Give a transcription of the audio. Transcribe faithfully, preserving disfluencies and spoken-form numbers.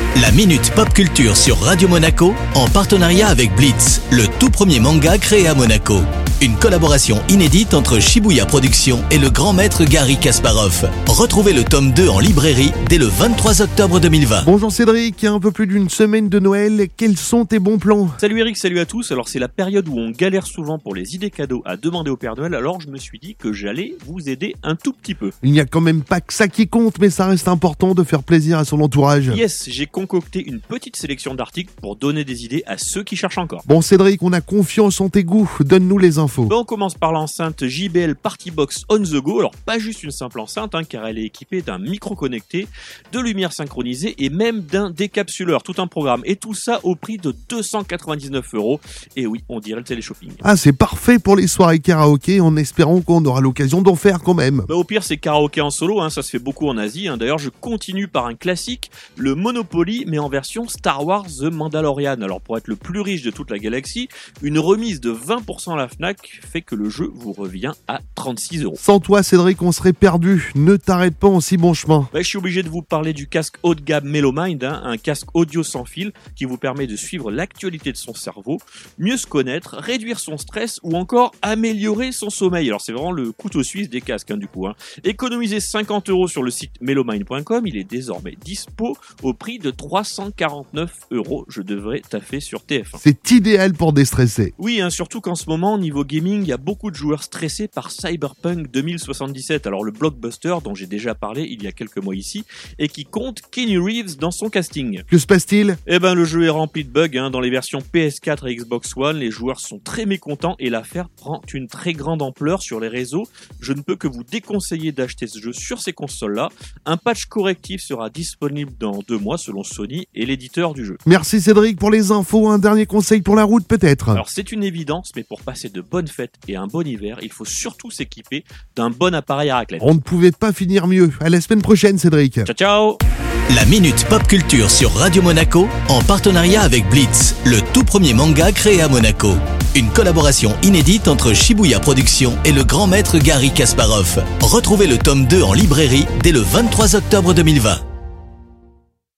La Minute Pop Culture sur Radio Monaco en partenariat avec Blitz, le tout premier manga créé à Monaco. Une collaboration inédite entre Shibuya Productions et le grand maître Garry Kasparov. Retrouvez le tome deux en librairie dès le vingt-trois octobre deux mille vingt. Bonjour Cédric, il y a un peu plus d'une semaine de Noël, quels sont tes bons plans? Salut Eric, salut à tous. Alors c'est la période où on galère souvent pour les idées cadeaux à demander au Père Noël, alors je me suis dit que j'allais vous aider un tout petit peu. Il n'y a quand même pas que ça qui compte, mais ça reste important de faire plaisir à son entourage. Yes, j'ai concocté une petite sélection d'articles pour donner des idées à ceux qui cherchent encore. Bon Cédric, on a confiance en tes goûts, donne-nous les infos. Bon, on commence par l'enceinte J B L Partybox On The Go. Alors pas juste une simple enceinte, hein, car elle est équipée d'un micro connecté, de lumière synchronisée et même d'un décapsuleur, tout un programme. Et tout ça au prix de deux cent quatre-vingt-dix-neuf euros. Et oui, on dirait le téléshopping. Ah, c'est parfait pour les soirées karaoké, en espérant qu'on aura l'occasion d'en faire quand même. Bah, au pire, c'est karaoké en solo, hein, ça se fait beaucoup en Asie. Hein. D'ailleurs, je continue par un classique, le Monopoly, mais en version Star Wars The Mandalorian. Alors pour être le plus riche de toute la galaxie, une remise de vingt pour cent à la Fnac fait que le jeu vous revient à trente-six euros. Sans toi Cédric, on serait perdu. Ne t'arrête pas en si bon chemin. Bah, je suis obligé de vous parler du casque haut de gamme MeloMind, hein, un casque audio sans fil qui vous permet de suivre l'actualité de son cerveau, mieux se connaître, réduire son stress ou encore améliorer son sommeil. Alors c'est vraiment le couteau suisse des casques, hein, du coup. Hein. Économisez cinquante euros sur le site melomind point com, il est désormais dispo au prix de trois cent quarante-neuf euros. Je devrais taffer sur T F un. C'est idéal pour déstresser. Oui, hein, surtout qu'en ce moment, niveau gaming, il y a beaucoup de joueurs stressés par Cyberpunk deux mille soixante-dix-sept, alors le blockbuster dont j'ai déjà parlé il y a quelques mois ici, et qui compte Keanu Reeves dans son casting. Que se passe-t-il? Eh ben, le jeu est rempli de bugs, hein. Dans les versions P S quatre et Xbox One, les joueurs sont très mécontents et l'affaire prend une très grande ampleur sur les réseaux. Je ne peux que vous déconseiller d'acheter ce jeu sur ces consoles-là. Un patch correctif sera disponible dans deux mois selon Sony et l'éditeur du jeu. Merci Cédric pour les infos, un dernier conseil pour la route peut-être? Alors c'est une évidence, mais pour passer de bonnes fêtes et un bon hiver, il faut surtout s'équiper d'un bon appareil à raclette. On ne pouvait pas finir mieux. À la semaine prochaine Cédric. Ciao ciao. La Minute Pop Culture sur Radio Monaco en partenariat avec Blitz, le tout premier manga créé à Monaco. Une collaboration inédite entre Shibuya Productions et le grand maître Garry Kasparov. Retrouvez le tome deux en librairie dès le vingt-trois octobre deux mille vingt.